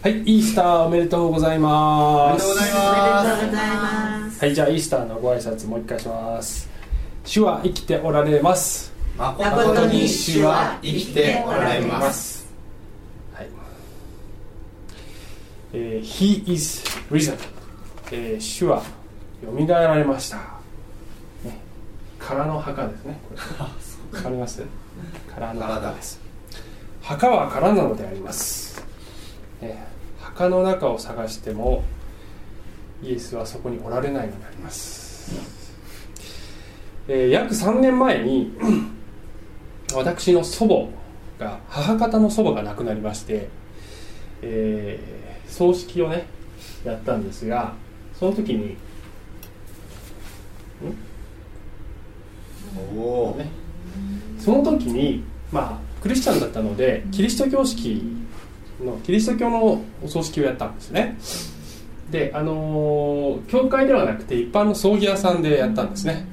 はい、イースターおめでとうございます。 おめでとうございます。 はい、じゃあイースターのご挨拶もう一回します。主は生きておられます。 誠に主は生きておられます。 はい。He is risen、主はよみがえられました、ね、空の墓ですね。これわかります？空の墓です。墓は空なのであります、墓の中を探してもイエスはそこにおられないのであります。約3年前に私の祖母が、母方の祖母が亡くなりまして、葬式をねやったんですが、その時にその時にクリスチャンだったのでキリスト教のお葬式をやったんですね。で、教会ではなくて一般の葬儀屋さんでやったんですね。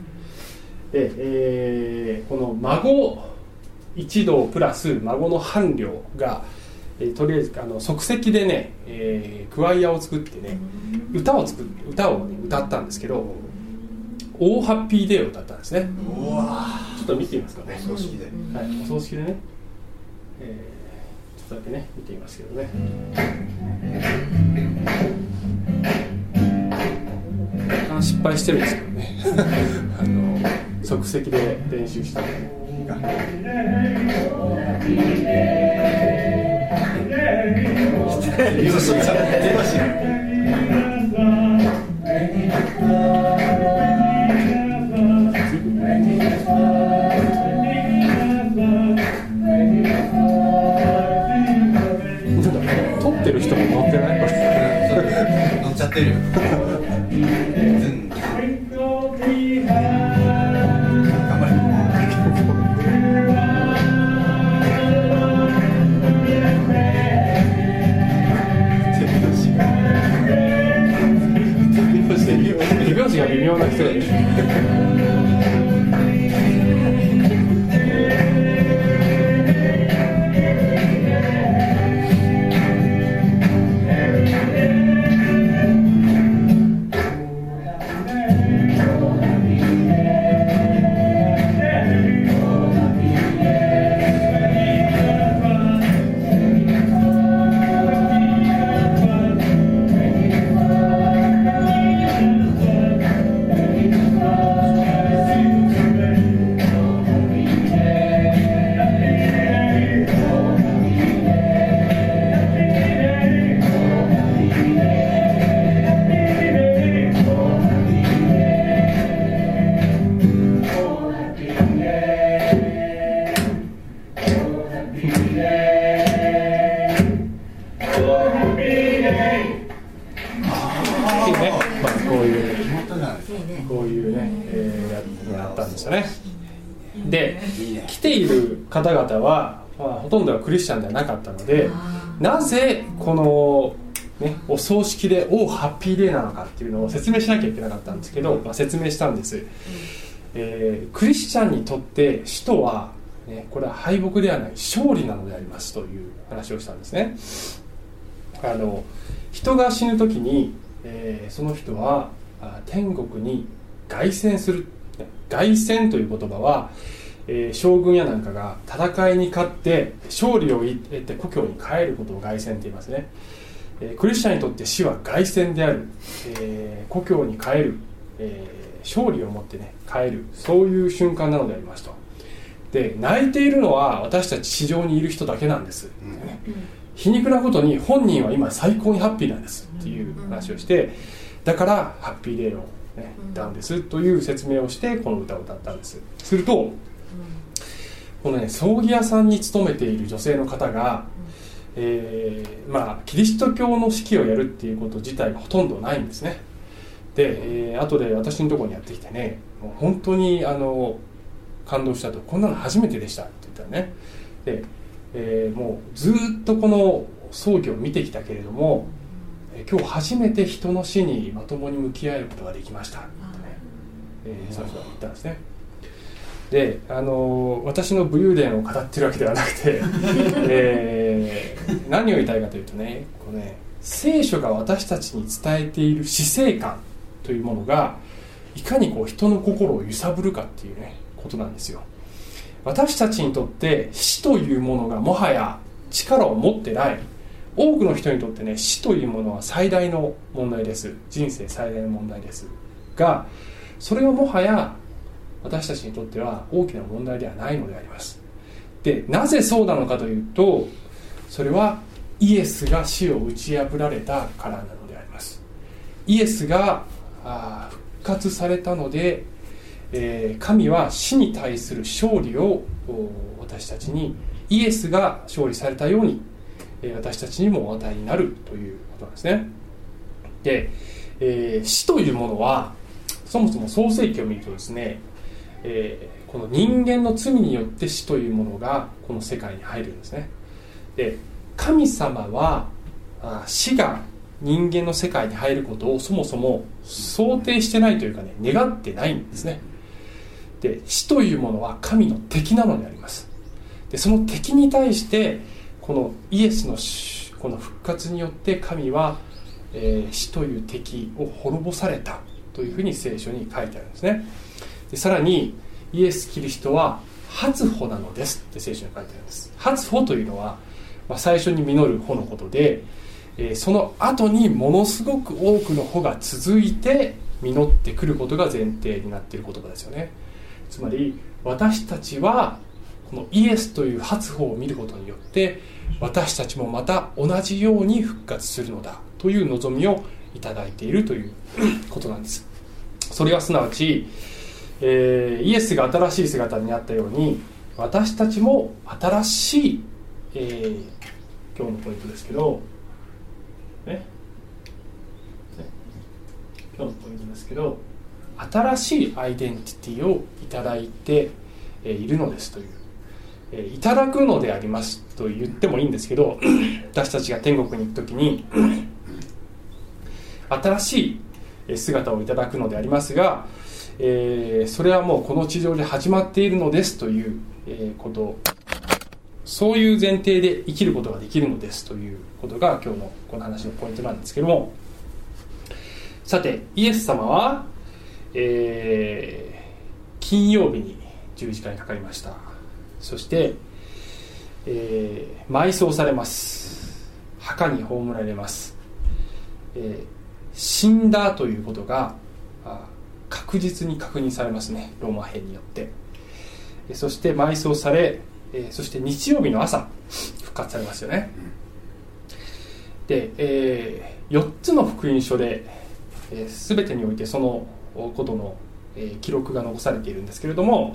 で、この孫一同プラス孫の伴侶が、とりあえず即席でね、クワイアを作ってね、歌を、ね、歌ったんですけど、オーハッピーデーを歌ったんですね。ちょっと見てみますかね。 お葬式で、 はい、お葬式でね、ちょっとだけね見てみますけどね。失敗してるんですけどね即席で練習して撮ってる人も乗ってない？これ乗っちゃってるよ。 手拍子が微妙な人がいる。こういうね、やったんですよね。で、来ている方々は、ほとんどはクリスチャンではなかったので、なぜこの、ね、お葬式でハッピーデーなのかっていうのを説明しなきゃいけなかったんですけど、説明したんです。クリスチャンにとって死とは、ね、これは敗北ではない勝利なのでありますという話をしたんですね。人が死ぬ時に、その人は天国に凱旋する。凱旋という言葉は、将軍やなんかが戦いに勝って勝利を得て故郷に帰ることを凱旋と言いますね。クリスチャンにとって死は凱旋である、故郷に帰る、勝利を持ってね帰る、そういう瞬間なのでありますと。で、泣いているのは私たち地上にいる人だけなんです、皮肉なことに本人は今最高にハッピーなんですっていう話をして、だからハッピーデーを、ね、歌うんですという説明をしてこの歌を歌ったんです。するとこのね、葬儀屋さんに勤めている女性の方が、キリスト教の式をやるっていうこと自体がほとんどないんですね。で、後で私のところにやってきてね、もう本当に感動したと。こんなの初めてでしたって言ったらね。で、もうずっとこの葬儀を見てきたけれども、今日初めて人の死にまともに向き合えることができましたってね、その人が言ったんですね。 で私の武勇伝を語ってるわけではなくて、何を言いたいかというとね、こうね、聖書が私たちに伝えている死生観というものがいかにこう人の心を揺さぶるかっていうねことなんですよ。私たちにとって死というものがもはや力を持ってない。多くの人にとってね、死というものは最大の問題です。人生最大の問題ですが、それはもはや私たちにとっては大きな問題ではないのであります。で、なぜそうなのかというと、それはイエスが死を打ち破られたからなのであります。イエスが復活されたので、神は死に対する勝利を私たちに、イエスが勝利されたように私たちにもお与えになるということなんですね。で、死というものはそもそも創世記を見るとですね、この人間の罪によって死というものがこの世界に入るんですね。で、神様は死が人間の世界に入ることをそもそも想定してないというかね、願ってないんですね。で、死というものは神の敵なのであります。で、その敵に対してこのイエスのこの復活によって神は、死という敵を滅ぼされたというふうに聖書に書いてあるんですね。で、さらにイエス・キリストは初穂なのですって聖書に書いてあるんです。初穂というのは、最初に実る穂のことで、その後にものすごく多くの穂が続いて実ってくることが前提になっている言葉ですよね。つまり私たちはこのイエスという初穂を見ることによって私たちもまた同じように復活するのだという望みをいただいているということなんです。それはすなわち、イエスが新しい姿になったように私たちも新しい、今日のポイントですけど、今日のポイントですけど、新しいアイデンティティをいただいているのですという、いただくのでありますと言ってもいいんですけど、私たちが天国に行くときに新しい姿をいただくのでありますが、それはもうこの地上で始まっているのですということ、そういう前提で生きることができるのですということが今日のこの話のポイントなんですけども、さてイエス様は、金曜日に十字架にかかりました。そして、埋葬されます。墓に葬られます。死んだということが確実に確認されますね、ローマ兵によって。そして埋葬され、そして日曜日の朝復活されますよね。で、4つの福音書で、全てにおいてそのことの、記録が残されているんですけれども、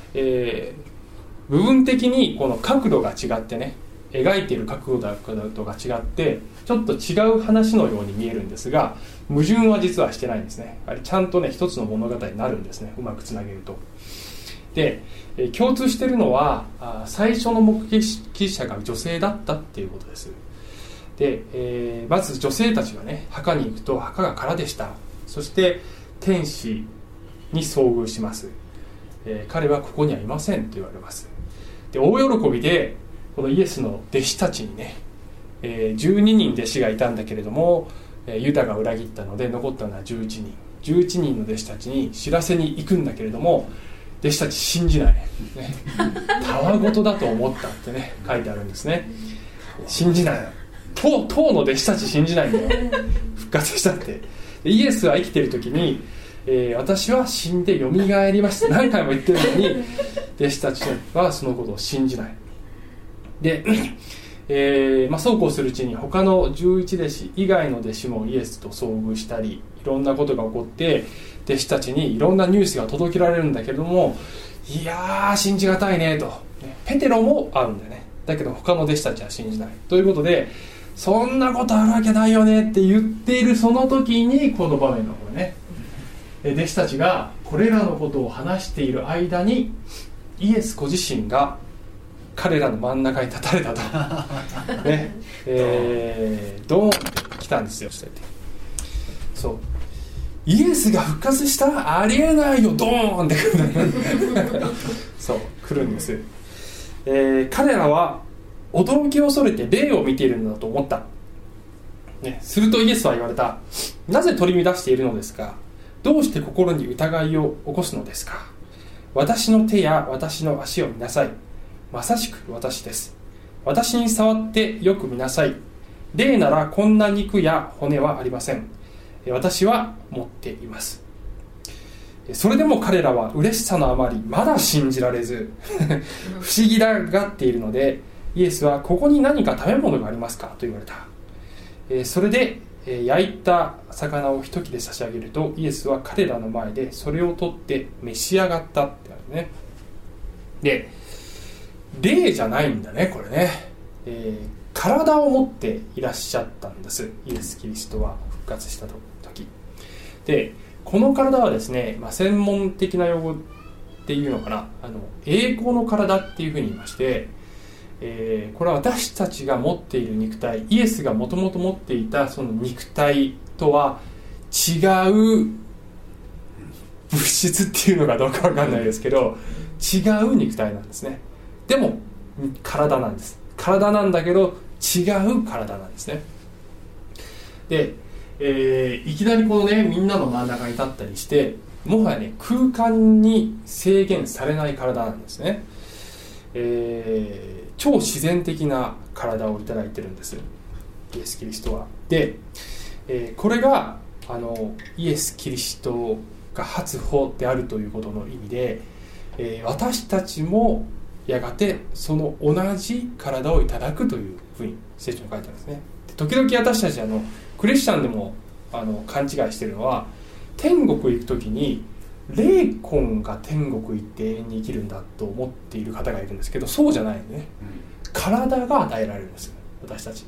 部分的にこの角度が違ってね、描いている角度が違ってちょっと違う話のように見えるんですが、矛盾は実はしてないんですね。あれちゃんとね一つの物語になるんですね、うまくつなげると。で、共通しているのは最初の目撃者が女性だったっていうことです。で、まず女性たちがね墓に行くと墓が空でした。そして天使に遭遇します。彼はここにはいませんと言われます。で、大喜びでこのイエスの弟子たちにね、12人弟子がいたんだけれども、ユダが裏切ったので残ったのは11人の弟子たちに知らせに行くんだけれども、弟子たち信じない、ね、たわごとだと思ったってね書いてあるんですね。信じない、当の弟子たち信じないんだよ、復活したって。でイエスは生きている時に、私は死んでよみがえりますって何回も言ってるのに弟子たちはそのことを信じない。で、そうこうするうちに他の11弟子以外の弟子もイエスと遭遇したり、いろんなことが起こって弟子たちにいろんなニュースが届けられるんだけれども、いやー信じがたいねと、ペテロもあるんだよね。だけど他の弟子たちは信じないということで、そんなことあるわけないよねって言っているその時にこの場面のこれね、弟子たちがこれらのことを話している間にイエスご自身が彼らの真ん中に立たれたとね、ドーンって来たんですよ。そう、 イエスが復活した？ありえないよ、ドーンって来るそう来るんです。彼らは驚きを恐れて霊を見ているのだと思った、ね、するとイエスは言われた。なぜ取り乱しているのですか？どうして心に疑いを起こすのですか？私の手や私の足を見なさい。まさしく私です。私に触ってよく見なさい。霊ならこんな肉や骨はありません。私は持っています。それでも彼らは嬉しさのあまりまだ信じられず不思議がっているので、イエスはここに何か食べ物がありますかと言われた。それで焼いた魚を一切れ差し上げると、イエスは彼らの前でそれを取って召し上がったってあるね。で、霊じゃないんだねこれね、体を持っていらっしゃったんです、イエス・キリストは復活した時で。この体はですね、専門的な用語っていうのかな、栄光の体っていうふうに言いまして、これは私たちが持っている肉体、イエスがもともと持っていたその肉体とは違う物質っていうのかどうかわかんないですけど、違う肉体なんですね。でも体なんです。体なんだけど違う体なんですね。で、いきなりこのね、みんなの真ん中に立ったりして、もはやね、空間に制限されない体なんですね。超自然的な体をいただいてるんです、イエス・キリストは。で、これがイエス・キリストが初歩であるということの意味で、私たちもやがてその同じ体をいただくというふうに聖書に書いてあるんですね。で、時々私たちクリスチャンでも勘違いしているのは、天国行く時に霊魂が天国行って永遠に生きるんだと思っている方がいるんですけど、そうじゃないよね。体が与えられるんです私たち、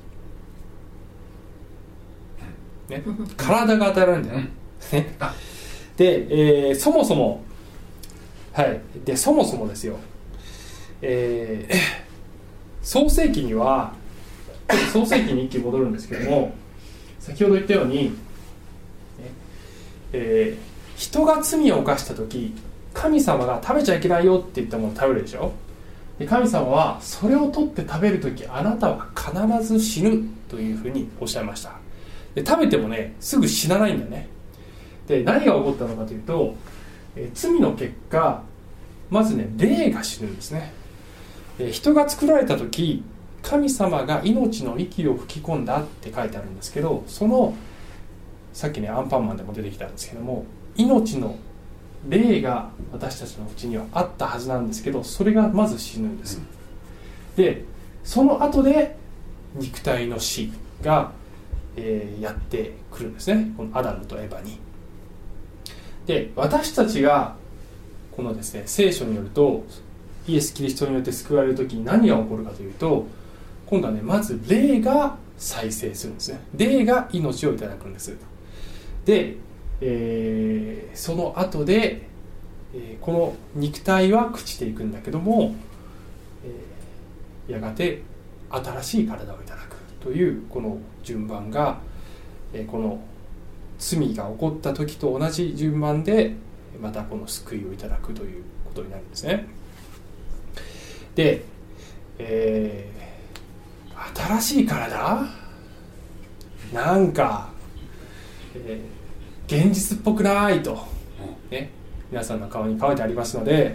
ね、体が与えられるんだよね。で、そもそもですよ、創世記には、創世記に一気に戻るんですけども、先ほど言ったように、人が罪を犯した時、神様が食べちゃいけないよって言ったものを食べるでしょ。で、神様はそれを取って食べる時、あなたは必ず死ぬというふうにおっしゃいました。で、食べてもね、すぐ死なないんだよね。で、何が起こったのかというと、罪の結果、まずね、霊が死ぬんですね。人が作られた時、神様が命の息を吹き込んだって書いてあるんですけど、そのさっきね、アンパンマンでも出てきたんですけども、命の霊が私たちのうちにはあったはずなんですけど、それがまず死ぬんです。で、その後で肉体の死が、やってくるんですね、このアダムとエバに。で、私たちがこのですね、聖書によるとイエス・キリストによって救われる時に何が起こるかというと、今度はね、まず霊が再生するんですね。霊が命をいただくんです。で、その後で、この肉体は朽ちていくんだけども、やがて新しい体をいただくというこの順番が、この罪が起こった時と同じ順番でまたこの救いをいただくということになるんですね。で、新しい体なんか、現実っぽくないと、ね、皆さんの顔に書いてありますので、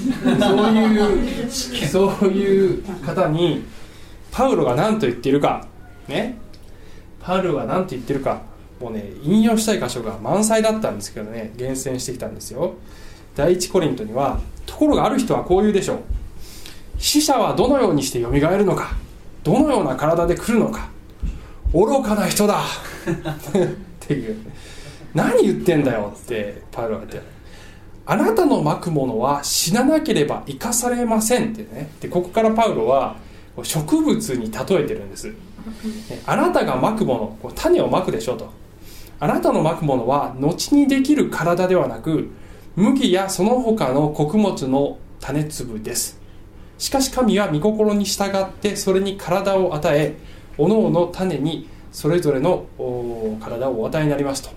そういう方にパウロが何と言っているか、ね、パウロが何と言っているか、もうね、引用したい箇所が満載だったんですけどね、厳選してきたんですよ。第一コリントには、ところがある人はこう言うでしょう。死者はどのようにしてよみがえるのか、どのような体で来るのか、愚かな人だっていう、何言ってんだよってパウロが言って、あなたのまくものは死ななければ生かされませんってね。で、ここからパウロは植物に例えてるんです。あなたがまくもの、種をまくでしょと。あなたのまくものは後にできる体ではなく、麦やその他の穀物の種粒です。しかし神は御心に従ってそれに体を与え、おのおの種にそれぞれの体をお与えになりますと。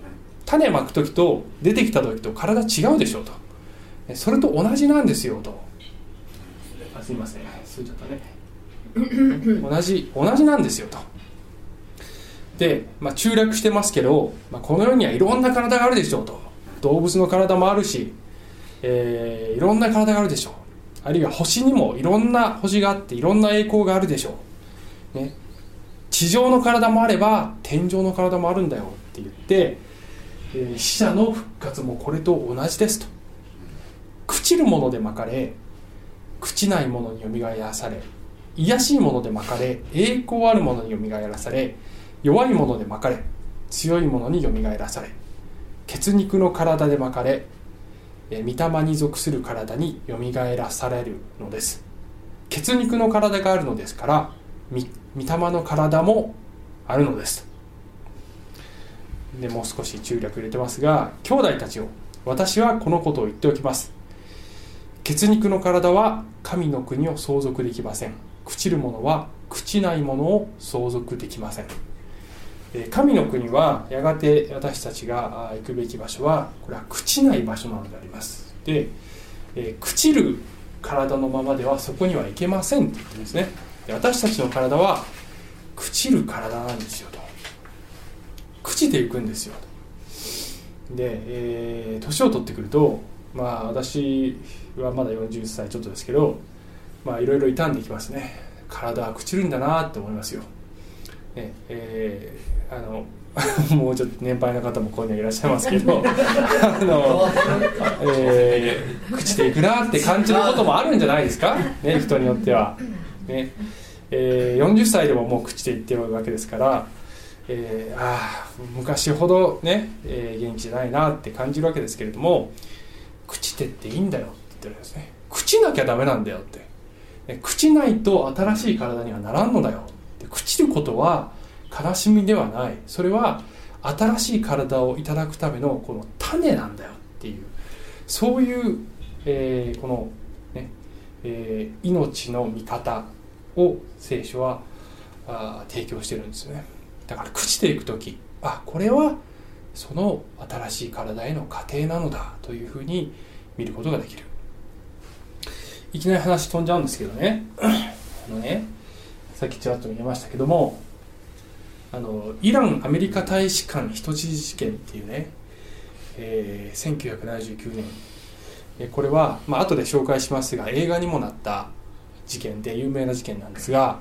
種まく時と出てきた時と体違うでしょうと、それと同じなんですよと。すいません、そうちゃったね同じなんですよと。で、中略してますけど、この世にはいろんな体があるでしょうと。動物の体もあるし、いろんな体があるでしょう。あるいは星にもいろんな星があっていろんな栄光があるでしょう、ね、地上の体もあれば天上の体もあるんだよって言って、死者の復活もこれと同じですと。朽ちるものでまかれ朽ちないものによみがえらされ、卑しいものでまかれ栄光あるものによみがえらされ、弱いものでまかれ強いものによみがえらされ、血肉の体でまかれ御霊に属する体によみがえらされるのです。血肉の体があるのですから御霊の体もあるのです。でもう少し注略入れてますが、兄弟たちを、私はこのことを言っておきます。血肉の体は神の国を相続できません。朽ちるものは朽ちないものを相続できません。神の国はやがて私たちが行くべき場所は、これは朽ちない場所なのであります。で、朽ちる体のままではそこには行けませんって言ってるんですね。で、私たちの体は朽ちる体なんですよと。朽ちていくんですよと。で、年を取ってくると、私はまだ40歳ちょっとですけど、いろいろ傷んできますね。体は朽ちるんだなって思いますよ。もうちょっと年配の方もここにはいらっしゃいますけど朽ちていくなって感じることもあるんじゃないですか、ね、人によっては、ね40歳でももう朽ちていってるわけですから、昔ほどね、元気じゃないなって感じるわけですけれども、朽ちてっていいんだよって言ってるんですね。朽ちなきゃダメなんだよって、朽ちないと新しい体にはならんのだよ。朽ちることは悲しみではない、それは新しい体をいただくためのこの種なんだよっていう、そういう、この、ね命の見方を聖書は提供してるんですよね。だから朽ちていくとき、これはその新しい体への過程なのだというふうに見ることができる。いきなり話飛んじゃうんですけどねさっきちらっと見えましたけども、イランアメリカ大使館人質事件っていうね、1979年、これは、後で紹介しますが映画にもなった事件で有名な事件なんですが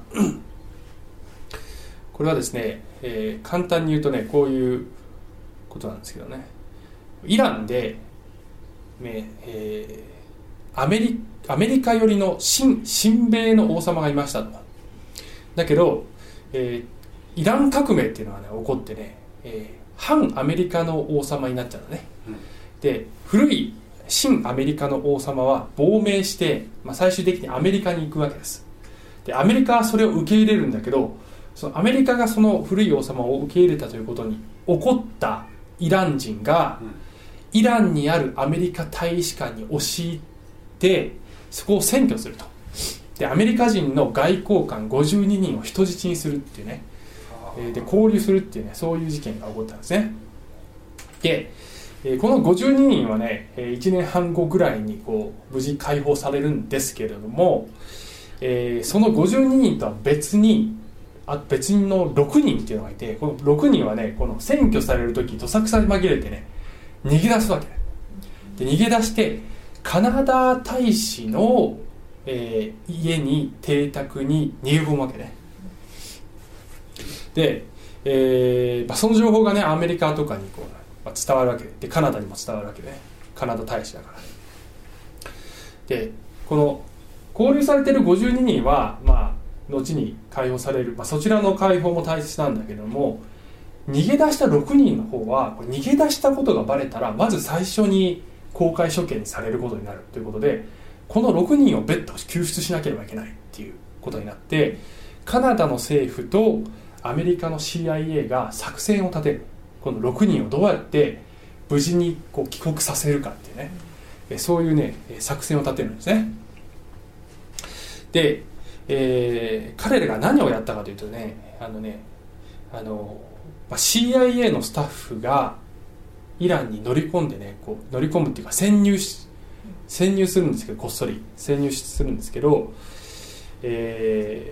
これはですね、簡単に言うとね、こういうことなんですけどね、イランで、アメリカ寄りの親米の王様がいましたと。だけど、イラン革命っていうのがね起こってね、反アメリカの王様になっちゃうんだね、で古い親アメリカの王様は亡命して、最終的にアメリカに行くわけです。でアメリカはそれを受け入れるんだけど、そのアメリカがその古い王様を受け入れたということに怒ったイラン人が、イランにあるアメリカ大使館に押し入ってそこを占拠すると。でアメリカ人の外交官52人を人質にするっていうね、で交流するっていうね、そういう事件が起こったんですね。でこの52人はね1年半後ぐらいに無事解放されるんですけれども、その52人とは別の6人っていうのがいて、この6人はねこの占拠される時どさくさに紛れてね逃げ出すわけで、逃げ出してカナダ大使の、家に邸宅に逃げ込むわけね。で、その情報がねアメリカとかに伝わるわけで、カナダにも伝わるわけね、カナダ大使だから。でこの交流されている52人は、後に解放される、そちらの解放も大切なんだけども、逃げ出した6人の方はこれ逃げ出したことがバレたらまず最初に公開処刑にされることになるということで、この6人を別途救出しなければいけないっていうことになって、カナダの政府とアメリカの CIA が作戦を立てる。この6人をどうやって無事に帰国させるかっていうね、そういうね作戦を立てるんですね。で、彼らが何をやったかというとね、CIA のスタッフが、 イランに乗り込んでね、こう乗り込むっていうか潜入するんですけど、こっそり潜入するんですけど、これ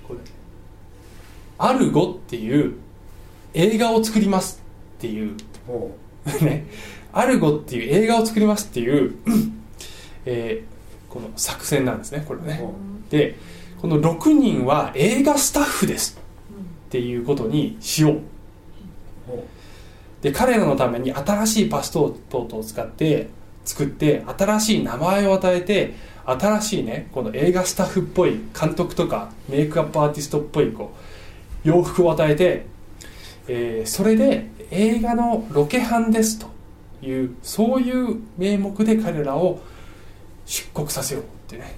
アルゴっていう映画を作りますっていうね、アルゴっていう映画を作りますっていう、この作戦なんですね、これはね。で、この6人は映画スタッフですっていうことにしよう。で、彼らのために新しいパスポートを作って新しい名前を与えて、新しいね、この映画スタッフっぽい監督とかメイクアップアーティストっぽいこう洋服を与えて、それで映画のロケハンですという、そういう名目で彼らを出国させようってね。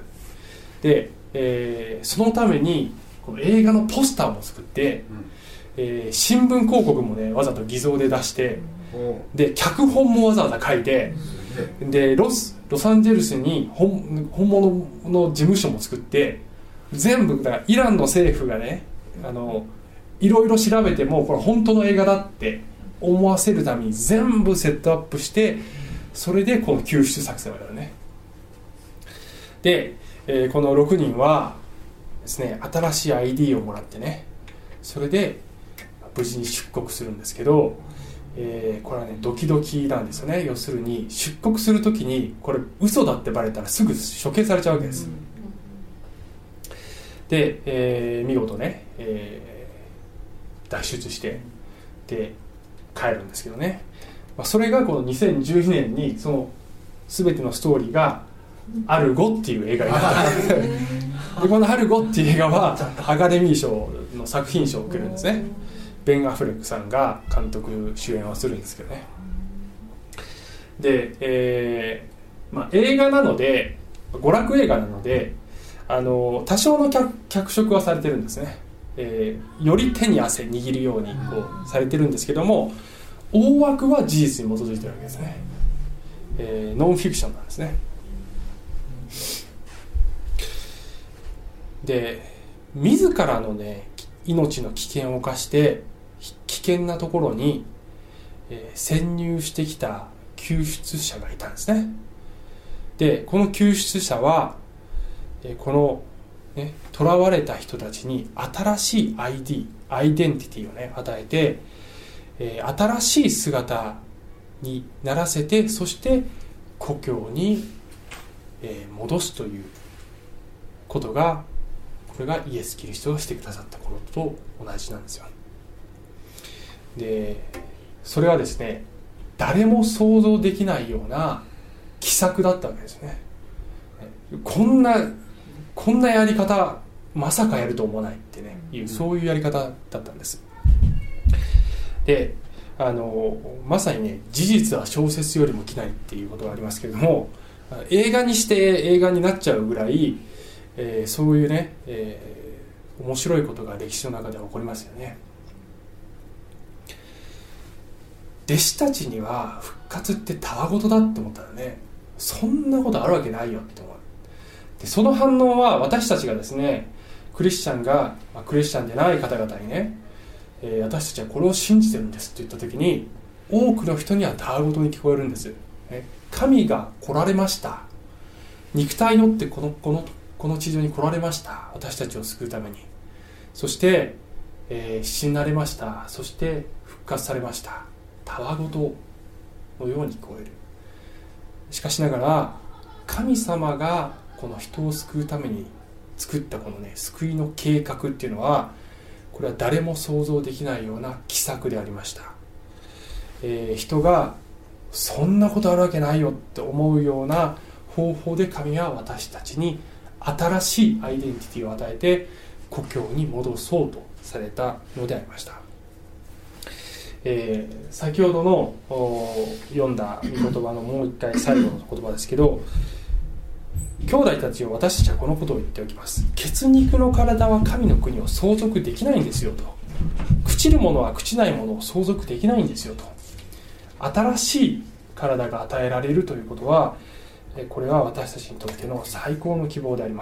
で、そのためにこの映画のポスターも作って、新聞広告もねわざと偽造で出して、で脚本もわざわざ書いて、でロサンゼルスに本物の事務所も作って、全部だからイランの政府がね、いろいろ調べてもこれ本当の映画だって思わせるために全部セットアップして、それでこの救出作戦をやるね。で、この6人はですね、新しい ID をもらってね、それで無事に出国するんですけど、これはねドキドキなんですよね。要するに出国するときにこれ嘘だってバレたらすぐ処刑されちゃうわけです。で、見事ね、脱出してで帰るんですけどね、それがこの2012年にその全てのストーリーがアルゴっていう映画になったで、このアルゴっていう映画はアカデミー賞の作品賞を受けるんですね。ベン・アフレックさんが監督主演をするんですけどね。で、映画なので、娯楽映画なので、多少の脚色はされてるんですね。より手に汗握るようにこうされてるんですけども、大枠は事実に基づいてるわけですね。ノンフィクションなんですね。で、自らのね命の危険を冒して危険なところに、潜入してきた救出者がいたんですね。で、この救出者は、このね囚われた人たちに新しいアイデンティティをね与えて、新しい姿にならせて、そして故郷に、戻すということが、これがイエス・キリストがしてくださったことと同じなんですよ。で、それはですね、誰も想像できないような奇策だったわけですね。こんなやり方まさかやると思わないってねいう、そういうやり方だったんです。で、まさにね、事実は小説よりも奇ないっていうことがありますけれども、映画にして映画になっちゃうぐらい、そういうね、面白いことが歴史の中では起こりますよね。弟子たちには復活ってたわごとだって思ったらね、そんなことあるわけないよって思う。で、その反応は私たちがですね、クリスチャンでない方々にね、私たちはこれを信じてるんですって言った時に、多くの人にはたわごとに聞こえるんです。神が来られました、肉体によってこの地上に来られました、私たちを救うために。そして、死なれました、そして復活されました。たわごとのように聞こえる。しかしながら、神様がこの人を救うために作ったこのね救いの計画っていうのは、これは誰も想像できないような奇策でありました。人がそんなことあるわけないよって思うような方法で、神は私たちに新しいアイデンティティを与えて故郷に戻そうとされたのでありました。先ほどの読んだ御言葉のもう一回最後の言葉ですけど、兄弟たちを私たちはこのことを言っておきます。血肉の体は神の国を相続できないんですよと。朽ちるものは朽ちないものを相続できないんですよと。新しい体が与えられるということは、これは私たちにとっての最高の希望であります。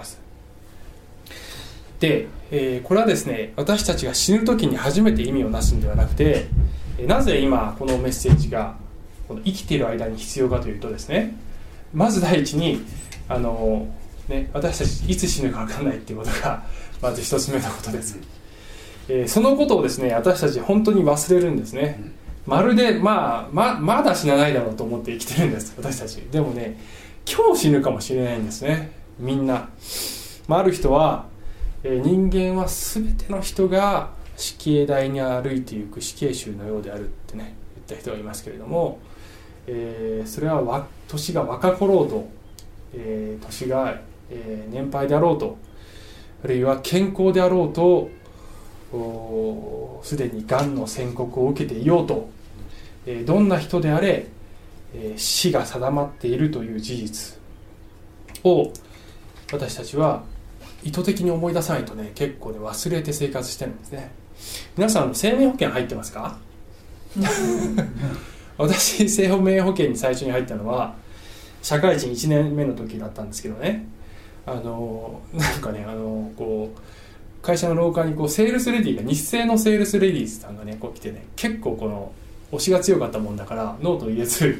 で、これはですね、私たちが死ぬ時に初めて意味をなすんではなくて、なぜ今このメッセージがこの生きている間に必要かというとですね、まず第一に私たちいつ死ぬか分かんないっていうことがまず一つ目のことです。そのことをですね、私たち本当に忘れるんですね。まるでまだ死なないだろうと思って生きてるんです、私たち。でもね、今日死ぬかもしれないんですね、みんな。ある人は、人間は全ての人が死刑台に歩いていく死刑囚のようであるってね、言った人がいますけれども、それは年が若かろうと、年が、年配であろうと、あるいは健康であろうと、すでにがんの宣告を受けていようと、どんな人であれ、死が定まっているという事実を私たちは意図的に思い出さないとね、結構ね忘れて生活してるんですね。皆さん生命保険入ってますか？私生命保険に最初に入ったのは社会人1年目の時だったんですけどね、なんかねこう会社の廊下にセールスレディが、日清のセールスレディーさんがね来てね、結構この推しが強かったもんだからノート入れず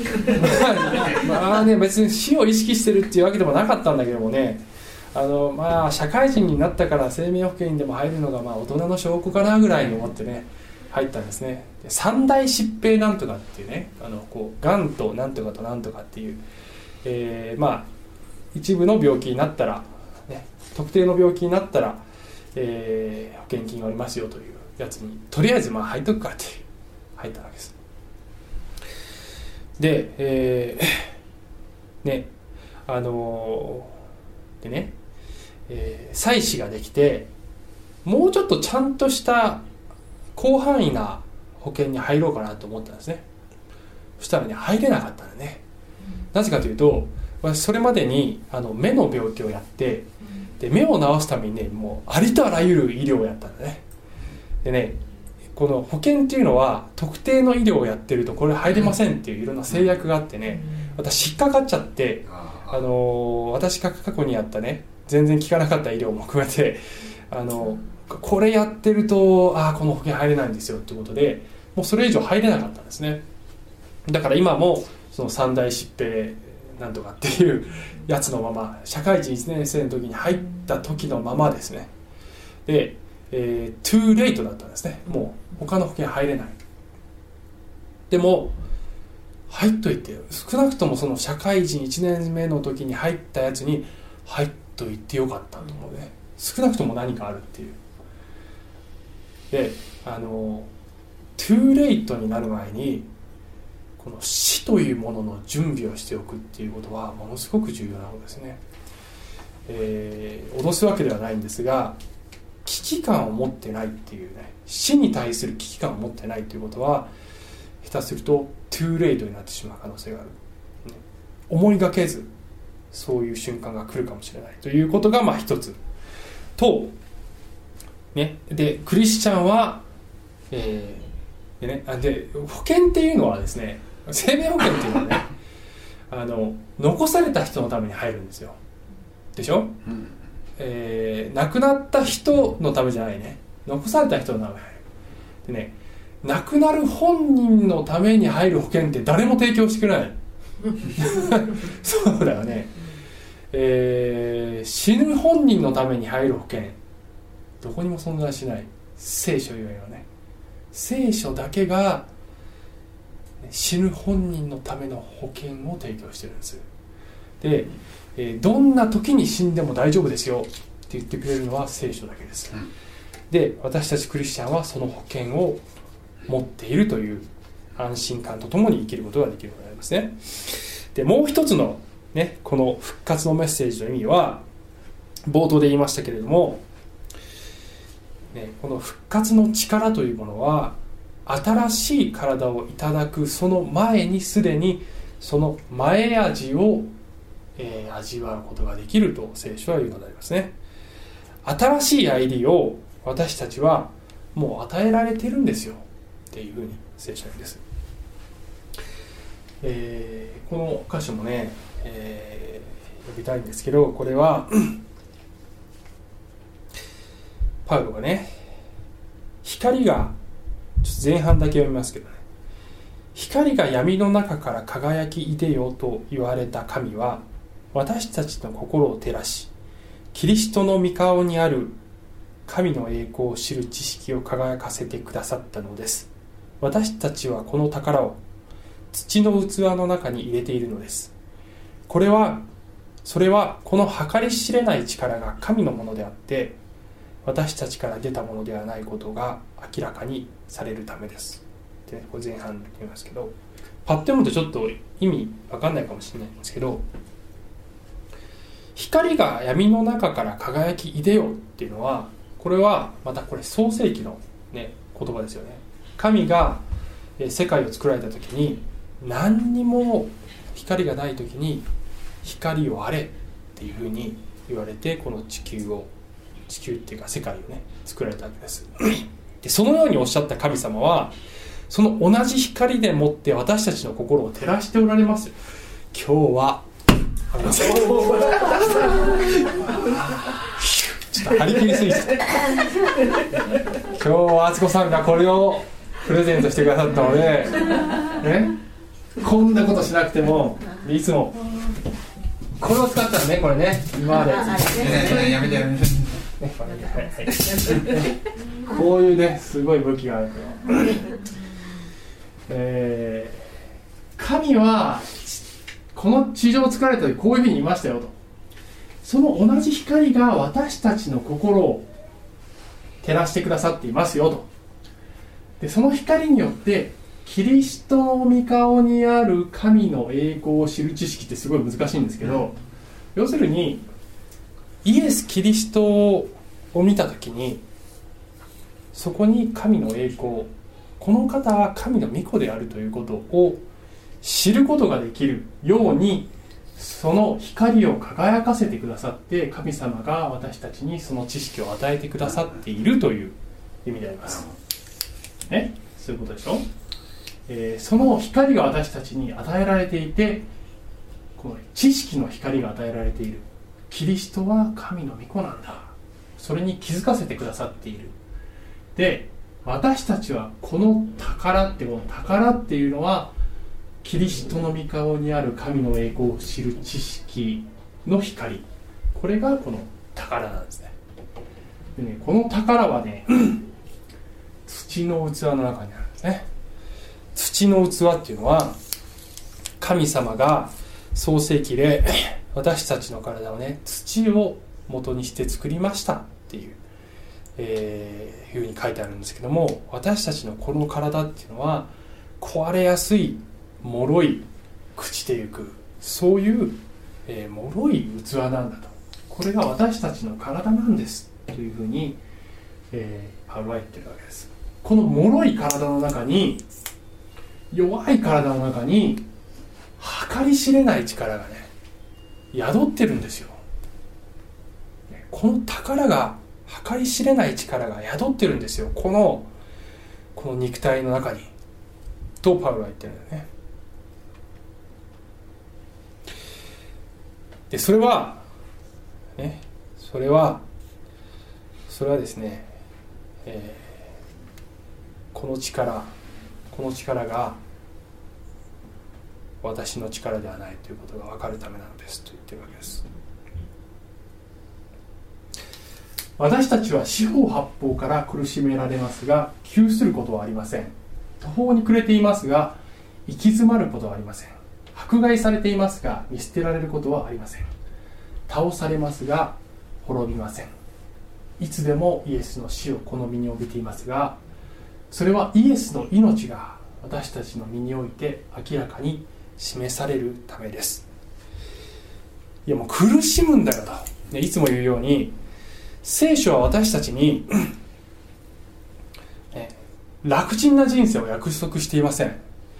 別に死を意識してるっていうわけでもなかったんだけどもね、社会人になったから生命保険にでも入るのが大人の証拠かなぐらいに思ってね入ったんですね。で、三大疾病なんとかっていうね、がんとなんとかとなんとかっていう、一部の病気になったら、ね、特定の病気になったら、保険金がおりますよというやつにとりあえず入っとくかって入ったわけです。で、妻子ができて、もうちょっとちゃんとした広範囲な保険に入ろうかなと思ったんですね。そしたらね、入れなかったんだね。なぜかというと、私それまでに目の病気をやって、で目を治すためにね、もうありとあらゆる医療をやったんだね。でね、この保険っていうのは特定の医療をやってるとこれ入れませんっていういろんな制約があってね、私引っかかっちゃって、私が過去にやったね、全然効かなかった医療も含めてこれやってるとこの保険入れないんですよってことで、もうそれ以上入れなかったんですね。だから今もその三大疾病なんとかっていうやつのまま、社会人1年生の時に入った時のままですね。で、too late だったんですね。もう他の保険入れない。でも入っといて、少なくともその社会人1年目の時に入ったやつに入っといてよかったと思うね。少なくとも何かあるっていう。で、too late になる前にこの死というものの準備をしておくっていうことはものすごく重要なことですね。脅すわけではないんですが、危機感を持ってないっていうね、死に対する危機感を持ってないということは下手するとtoo late になってしまう可能性がある、思いがけずそういう瞬間が来るかもしれないということが一つと、ね、でクリスチャンは、で保険っていうのはですね、生命保険っていうのはね残された人のために入るんですよ。でしょ、亡くなった人のためじゃないね、残された人のために入る。でね、亡くなる本人のために入る保険って誰も提供してくれないそうだよね、死ぬ本人のために入る保険どこにも存在しない。聖書以外はね、聖書だけが死ぬ本人のための保険を提供してるんです。で、どんな時に死んでも大丈夫ですよって言ってくれるのは聖書だけです。で、私たちクリスチャンはその保険を持っているという安心感とともに生きることができるようになりますね。で、もう一つのね、この復活のメッセージの意味は冒頭で言いましたけれども、この復活の力というものは新しい体をいただくその前にすでにその前味を、味わうことができると聖書は言うのでありますね。新しい歩みを私たちはもう与えられているんですよっていうふうに聖書は言うんです。この箇所もね、読みたいんですけど、これはパウロがね、光がちょっと前半だけ読みますけどね、 光が闇の中から輝き出よと言われた神は、私たちの心を照らし、キリストの御顔にある神の栄光を知る知識を輝かせてくださったのです。私たちはこの宝を土の器の中に入れているのです。それはこの計り知れない力が神のものであって、私たちから出たものではないことが明らかにされるためです。で、これ前半で言いますけど、パッと読むとちょっと意味わかんないかもしれないんですけど、光が闇の中から輝き出よっていうのは、これはまたこれ創世記の、ね、言葉ですよね。神が世界を作られた時に、何にも光がない時に光をあれっていうふうに言われて、この地球っていうか世界をね作られたわけです。で、そのようにおっしゃった神様は、その同じ光でもって私たちの心を照らしておられます。今日はちょっと張り切りすぎて今日は敦子さんがこれをプレゼントしてくださったので、ね、こんなことしなくてもいつもこれを使ったらね、これね、今までやめてこういうね、すごい武器があるから、神はこの地上を作られた時こういうふうに言いましたよと。その同じ光が私たちの心を照らしてくださっていますよと。で、その光によってキリストの御顔にある神の栄光を知る知識ってすごい難しいんですけど、要するにイエス・キリストを見たときに、そこに神の栄光、この方は神の御子であるということを知ることができるように、その光を輝かせてくださって、神様が私たちにその知識を与えてくださっているという意味であります。ね、そういうことでしょ。その光が私たちに与えられていて、この知識の光が与えられている。キリストは神の御子なんだ、それに気づかせてくださっている。で、私たちはこの宝っていうのは、キリストの御顔にある神の栄光を知る知識の光、これがこの宝なんですね。でね、この宝はね土の器の中にあるんですね。土の器っていうのは、神様が創世記で私たちの体をね、土を元にして作りましたっていう、ふうに書いてあるんですけども、私たちのこの体っていうのは壊れやすい脆い朽ちてゆく、そういう、脆い器なんだと。これが私たちの体なんですというふうに、パウロは言ってるわけです。この脆い体の中に、弱い体の中に計り知れない力がね宿ってるんですよ。この宝が、計り知れない力が宿ってるんですよ、この肉体の中にとパウロは言ってるんだよね。で、それはですね、この力が私の力ではないということが分かるためなのですと言ってるわけです。私たちは四方八方から苦しめられますが、窮することはありません。途方に暮れていますが行き詰まることはありません。迫害されていますが見捨てられることはありません。倒されますが滅びません。いつでもイエスの死をこの身に帯びていますが、それはイエスの命が私たちの身において明らかに示されるためです。いや、もう苦しむんだよと、いつも言うように、聖書は私たちに楽ちんな人生を約束していません。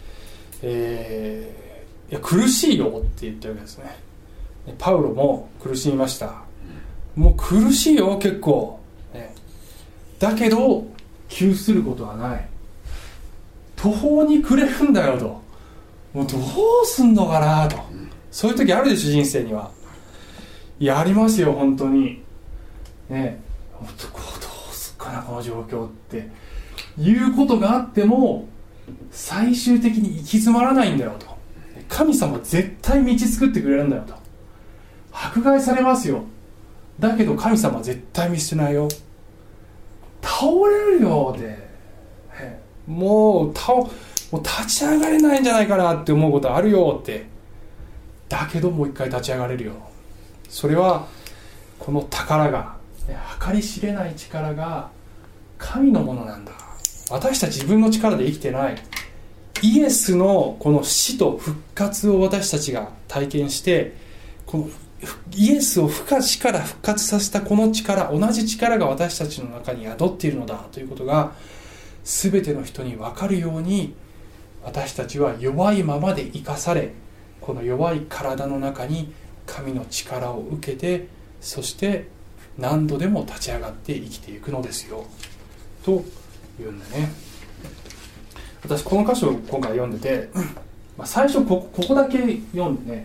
いや苦しいよって言ってるわけですね。パウロも苦しみました。もう苦しいよ結構、だけど窮することはない。途方に暮れるんだよと、もうどうすんのかなと、そういう時あるでしょ人生には。いや、ありますよ本当にね。どうすっかなこの状況っていうことがあっても、 最終的に行き詰まらないんだよと。神様絶対道作ってくれるんだよと。迫害されますよ、だけど神様は絶対見捨てないよ、倒れるよって、もう立ち上がれないんじゃないかなって思うことあるよって、だけどもう一回立ち上がれるよ。それはこの宝が、計り知れない力が神のものなんだ。私たち自分の力で生きてない。イエスのこの死と復活を私たちが体験して、このイエスを死から復活させたこの力、同じ力が私たちの中に宿っているのだということが全ての人に分かるように、私たちは弱いままで生かされ、この弱い体の中に神の力を受けて、そして何度でも立ち上がって生きていくのですよというんだね。私この箇所を今回読んでて、最初ここだけ読んでね、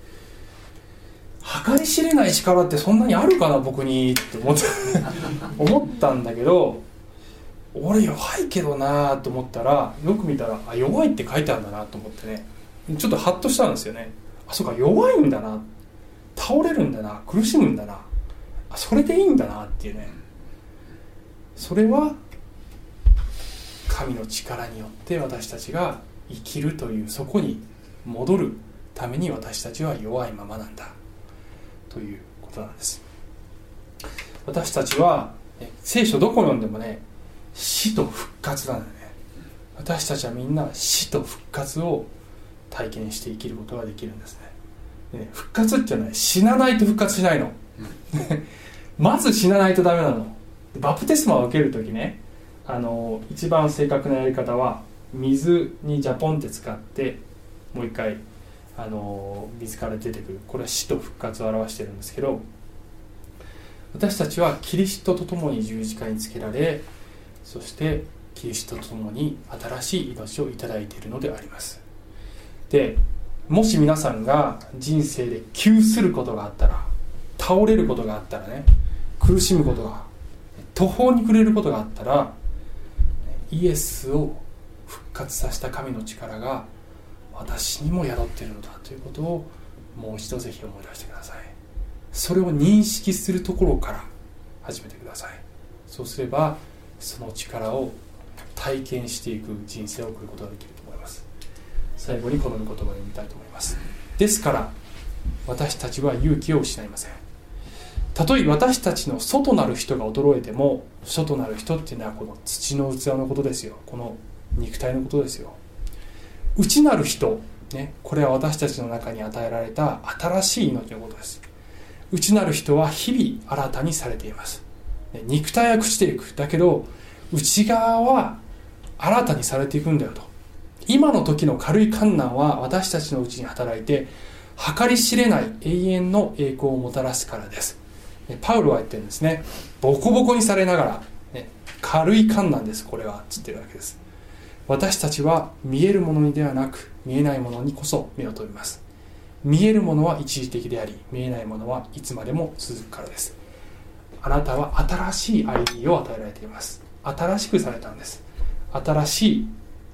計り知れない力ってそんなにあるかな僕にって思ったんだけど、俺弱いけどなと思ったら、よく見たら弱いって書いてあるんだなと思ってね、ちょっとハッとしたんですよね。そうか、弱いんだな、倒れるんだな、苦しむんだな、それでいいんだなっていうね。それは神の力によって私たちが生きるという、そこに戻るために私たちは弱いままなんだということなんです。私たちは聖書どこ読んでもね、死と復活なんだね。私たちはみんな死と復活を体験して生きることができるんですね。で、復活っていうのは死なないと復活しないのまず死なないとダメなの。バプテスマを受けるときね、一番正確なやり方は水にジャポンって使ってもう一回水から出てくる。これは死と復活を表しているんですけど、私たちはキリストと共に十字架につけられ、そしてキリストと共に新しい命をいただいているのであります。で、もし皆さんが人生で窮することがあったら、倒れることがあったらね、苦しむことが、途方に暮れることがあったら、イエスを復活させた神の力が私にも宿っているのだということをもう一度ぜひ思い出してください。それを認識するところから始めてください。そうすればその力を体験していく人生を送ることができると思います。最後にこの御言葉を読みたいと思います。ですから私たちは勇気を失いません。たとえ私たちの外なる人が衰えても、外なる人っていうのはこの土の器のことですよ。この肉体のことですよ。内なる人、ね、これは私たちの中に与えられた新しい命のことです。内なる人は日々新たにされています。肉体は朽ちていく。だけど内側は新たにされていくんだよと。今の時の軽い困難は私たちのうちに働いて計り知れない永遠の栄光をもたらすからです。パウロは言ってるんですね。ボコボコにされながら、軽い困難ですこれはつってるわけです。私たちは見えるものにではなく見えないものにこそ目を留めます。見えるものは一時的であり、見えないものはいつまでも続くからです。あなたは新しい ID を与えられています。新しくされたんです。新しい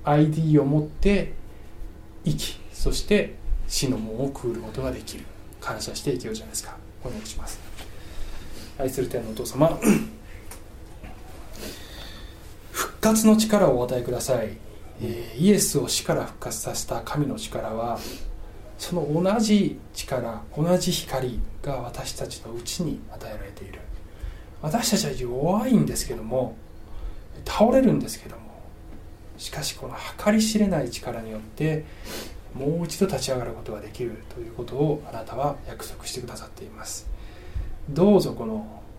ID を持って生き、そして死の門をくぐることができる。感謝していけようじゃないですか。お願いします。愛する天のお父様、復活の力をお与えください。イエスを死から復活させた神の力は、その同じ力、同じ光が私たちのうちに与えられている。私たちは弱いんですけども、倒れるんですけども、しかしこの計り知れない力によってもう一度立ち上がることができるということをあなたは約束してくださっています。どうぞこ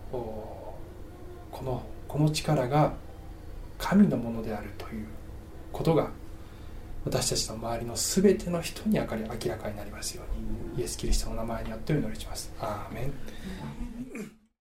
の力が神のものであるということが私たちの周りのすべての人に明らかになりますように、イエス・キリストの名前によってお祈りします。アーメン。